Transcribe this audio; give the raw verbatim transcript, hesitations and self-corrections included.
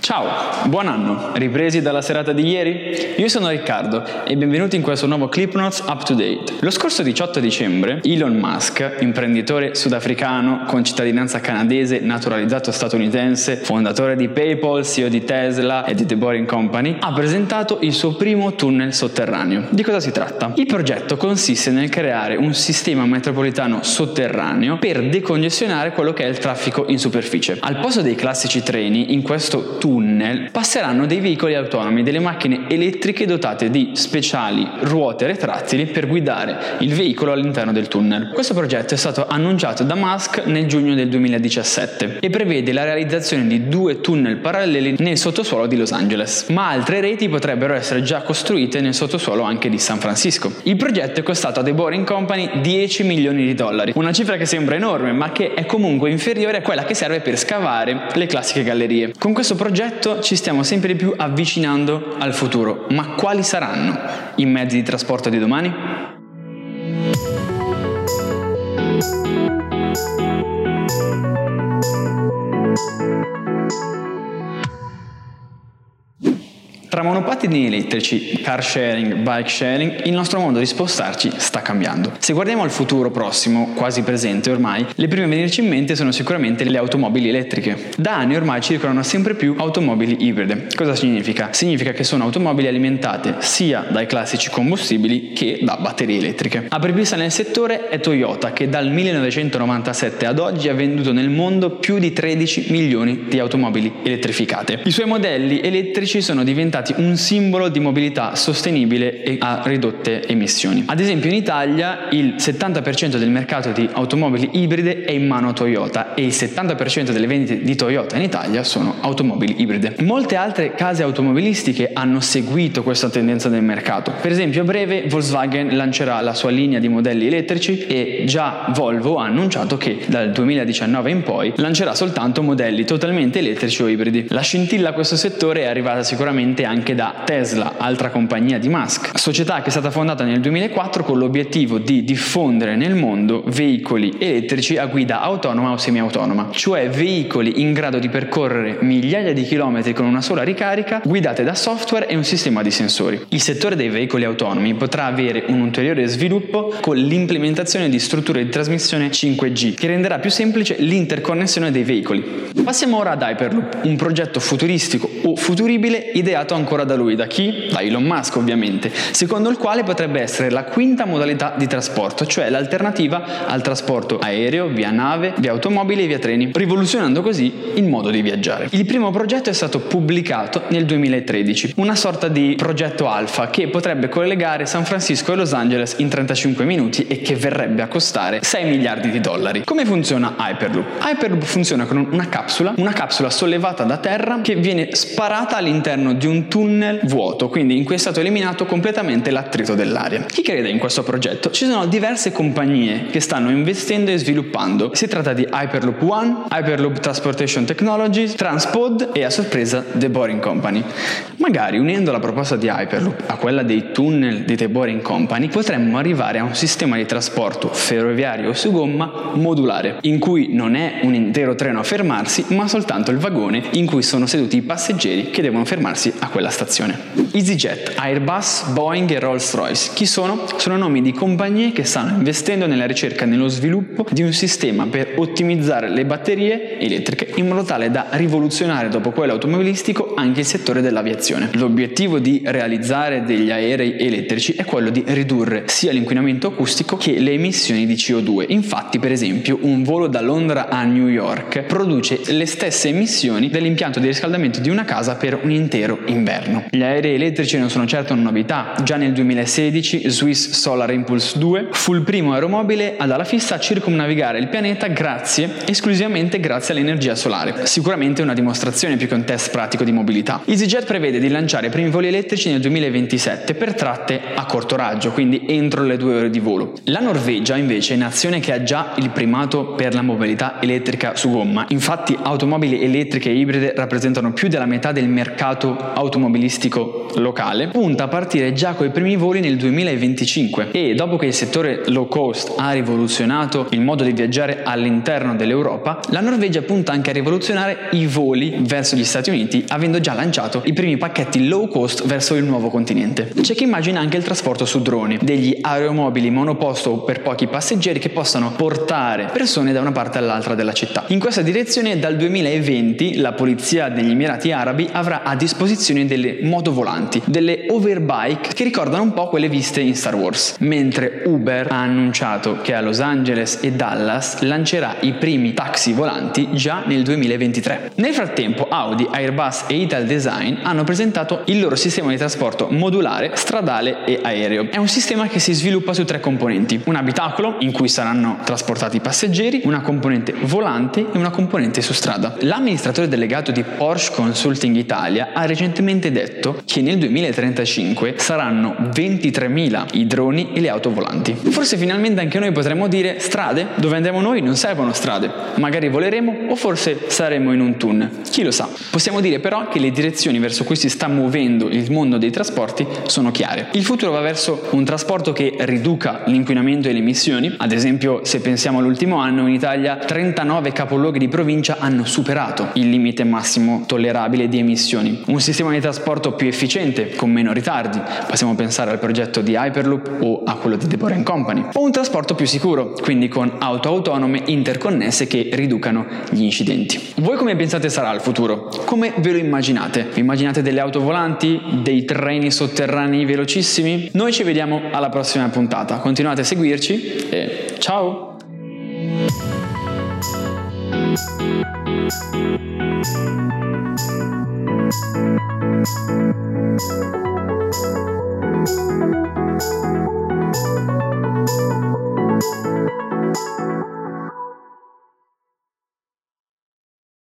Ciao, buon anno! Ripresi dalla serata di ieri? Io sono Riccardo e benvenuti in questo nuovo Clip Notes Up to Date. Lo scorso diciotto dicembre, Elon Musk, imprenditore sudafricano con cittadinanza canadese, naturalizzato statunitense, fondatore di PayPal, C E O di Tesla e di The Boring Company, ha presentato il suo primo tunnel sotterraneo. Di cosa si tratta? Il progetto consiste nel creare un sistema metropolitano sotterraneo per decongestionare quello che è il traffico in superficie. Al posto dei classici treni, in questo tunnel passeranno dei veicoli autonomi, delle macchine elettriche dotate di speciali ruote retrattili per guidare il veicolo all'interno del tunnel. Questo progetto è stato annunciato da Musk nel giugno del duemiladiciassette e prevede la realizzazione di due tunnel paralleli nel sottosuolo di Los Angeles, ma altre reti potrebbero essere già costruite nel sottosuolo anche di San Francisco. Il progetto è costato a The Boring Company dieci milioni di dollari, una cifra che sembra enorme ma che è comunque inferiore a quella che serve per scavare le classiche gallerie. Con questo progetto ci stiamo sempre di più avvicinando al futuro, ma quali saranno i mezzi di trasporto di domani? Tra monopattini elettrici, car sharing, bike sharing, il nostro modo di spostarci sta cambiando. Se guardiamo al futuro prossimo, quasi presente ormai, le prime a venirci in mente sono sicuramente le automobili elettriche. Da anni ormai circolano sempre più automobili ibride. Cosa significa? Significa che sono automobili alimentate sia dai classici combustibili che da batterie elettriche. Apripista nel settore è Toyota, che dal millenovecentonovantasette ad oggi ha venduto nel mondo più di tredici milioni di automobili elettrificate. I suoi modelli elettrici sono diventati un simbolo di mobilità sostenibile e a ridotte emissioni. Ad esempio in Italia il settanta per cento del mercato di automobili ibride è in mano a Toyota e il settanta per cento delle vendite di Toyota in Italia sono automobili ibride. Molte altre case automobilistiche hanno seguito questa tendenza del mercato. Per esempio a breve Volkswagen lancerà la sua linea di modelli elettrici e già Volvo ha annunciato che dal duemiladiciannove in poi lancerà soltanto modelli totalmente elettrici o ibridi. La scintilla a questo settore è arrivata sicuramente anche da Tesla, altra compagnia di Musk, società che è stata fondata nel duemilaquattro con l'obiettivo di diffondere nel mondo veicoli elettrici a guida autonoma o semiautonoma, cioè veicoli in grado di percorrere migliaia di chilometri con una sola ricarica, guidate da software e un sistema di sensori. Il settore dei veicoli autonomi potrà avere un ulteriore sviluppo con l'implementazione di strutture di trasmissione cinque G, che renderà più semplice l'interconnessione dei veicoli. Passiamo ora ad Hyperloop, un progetto futuristico o futuribile ideato ancora da lui, da chi? Da Elon Musk ovviamente, secondo il quale potrebbe essere la quinta modalità di trasporto, cioè l'alternativa al trasporto aereo, via nave, via automobile e via treni, rivoluzionando così il modo di viaggiare. Il primo progetto è stato pubblicato nel duemilatredici, una sorta di progetto alfa che potrebbe collegare San Francisco e Los Angeles in trentacinque minuti e che verrebbe a costare sei miliardi di dollari. Come funziona Hyperloop? Hyperloop funziona con una capsula, una capsula sollevata da terra che viene sparata all'interno di un tunnel vuoto, quindi in cui è stato eliminato completamente l'attrito dell'aria. Chi crede in questo progetto? Ci sono diverse compagnie che stanno investendo e sviluppando. Si tratta di Hyperloop One, Hyperloop Transportation Technologies, Transpod e a sorpresa The Boring Company. Magari unendo la proposta di Hyperloop a quella dei tunnel di The Boring Company potremmo arrivare a un sistema di trasporto ferroviario o su gomma modulare, in cui non è un intero treno a fermarsi ma soltanto il vagone in cui sono seduti i passeggeri che devono fermarsi a quella stazione. EasyJet, Airbus, Boeing e Rolls-Royce. Chi sono? Sono nomi di compagnie che stanno investendo nella ricerca e nello sviluppo di un sistema per ottimizzare le batterie elettriche in modo tale da rivoluzionare dopo quello automobilistico anche il settore dell'aviazione. L'obiettivo di realizzare degli aerei elettrici è quello di ridurre sia l'inquinamento acustico che le emissioni di C O due. Infatti, per esempio, un volo da Londra a New York produce le stesse emissioni dell'impianto di riscaldamento di una casa per un intero inverno. Gli aerei elettrici non sono certo una novità. Già nel duemilasedici Swiss Solar Impulse due fu il primo aeromobile ad alla fissa a circumnavigare il pianeta grazie, esclusivamente grazie all'energia solare. Sicuramente una dimostrazione più che un test pratico di mobilità. EasyJet prevede di lanciare i primi voli elettrici nel duemilaventisette per tratte a corto raggio, quindi entro le due ore di volo. La Norvegia invece è nazione che ha già il primato per la mobilità elettrica su gomma. Infatti automobili elettriche e ibride rappresentano più della metà del mercato automobilistico locale, punta a partire già coi primi voli nel duemilaventicinque e dopo che il settore low cost ha rivoluzionato il modo di viaggiare all'interno dell'Europa, la Norvegia punta anche a rivoluzionare i voli verso gli Stati Uniti, avendo già lanciato i primi pacchetti low cost verso il nuovo continente. C'è chi immagina anche il trasporto su droni, degli aeromobili monoposto per pochi passeggeri che possano portare persone da una parte all'altra della città. In questa direzione dal duemilaventi la polizia degli Emirati Arabi avrà a disposizione delle motovolanti, delle overbike che ricordano un po' quelle viste in Star Wars, mentre Uber ha annunciato che a Los Angeles e Dallas lancerà i primi taxi volanti già nel duemilaventitré. Nel frattempo Audi, Airbus e Italdesign hanno presentato il loro sistema di trasporto modulare, stradale e aereo. È un sistema che si sviluppa su tre componenti: un abitacolo in cui saranno trasportati i passeggeri, una componente volante e una componente su strada. L'amministratore delegato di Porsche Consulting Italia ha recentemente detto che nel duemilatrentacinque saranno ventitremila i droni e le auto volanti. Forse finalmente anche noi potremmo dire: strade? Dove andiamo noi non servono strade, magari voleremo o forse saremo in un tunnel, chi lo sa. Possiamo dire però che le direzioni verso cui si sta muovendo il mondo dei trasporti sono chiare. Il futuro va verso un trasporto che riduca l'inquinamento e le emissioni. Ad esempio, se pensiamo all'ultimo anno, in Italia trentanove capoluoghi di provincia hanno superato il limite massimo tollerabile di emissioni. Un sistema di trasporto più efficiente, con meno ritardi, possiamo pensare al progetto di Hyperloop o a quello di Deborah and Company, o un trasporto più sicuro, quindi con auto autonome interconnesse che riducano gli incidenti. Voi come pensate sarà il futuro? Come ve lo immaginate? Vi immaginate delle auto volanti, dei treni sotterranei velocissimi? Noi ci vediamo alla prossima puntata, continuate a seguirci e ciao!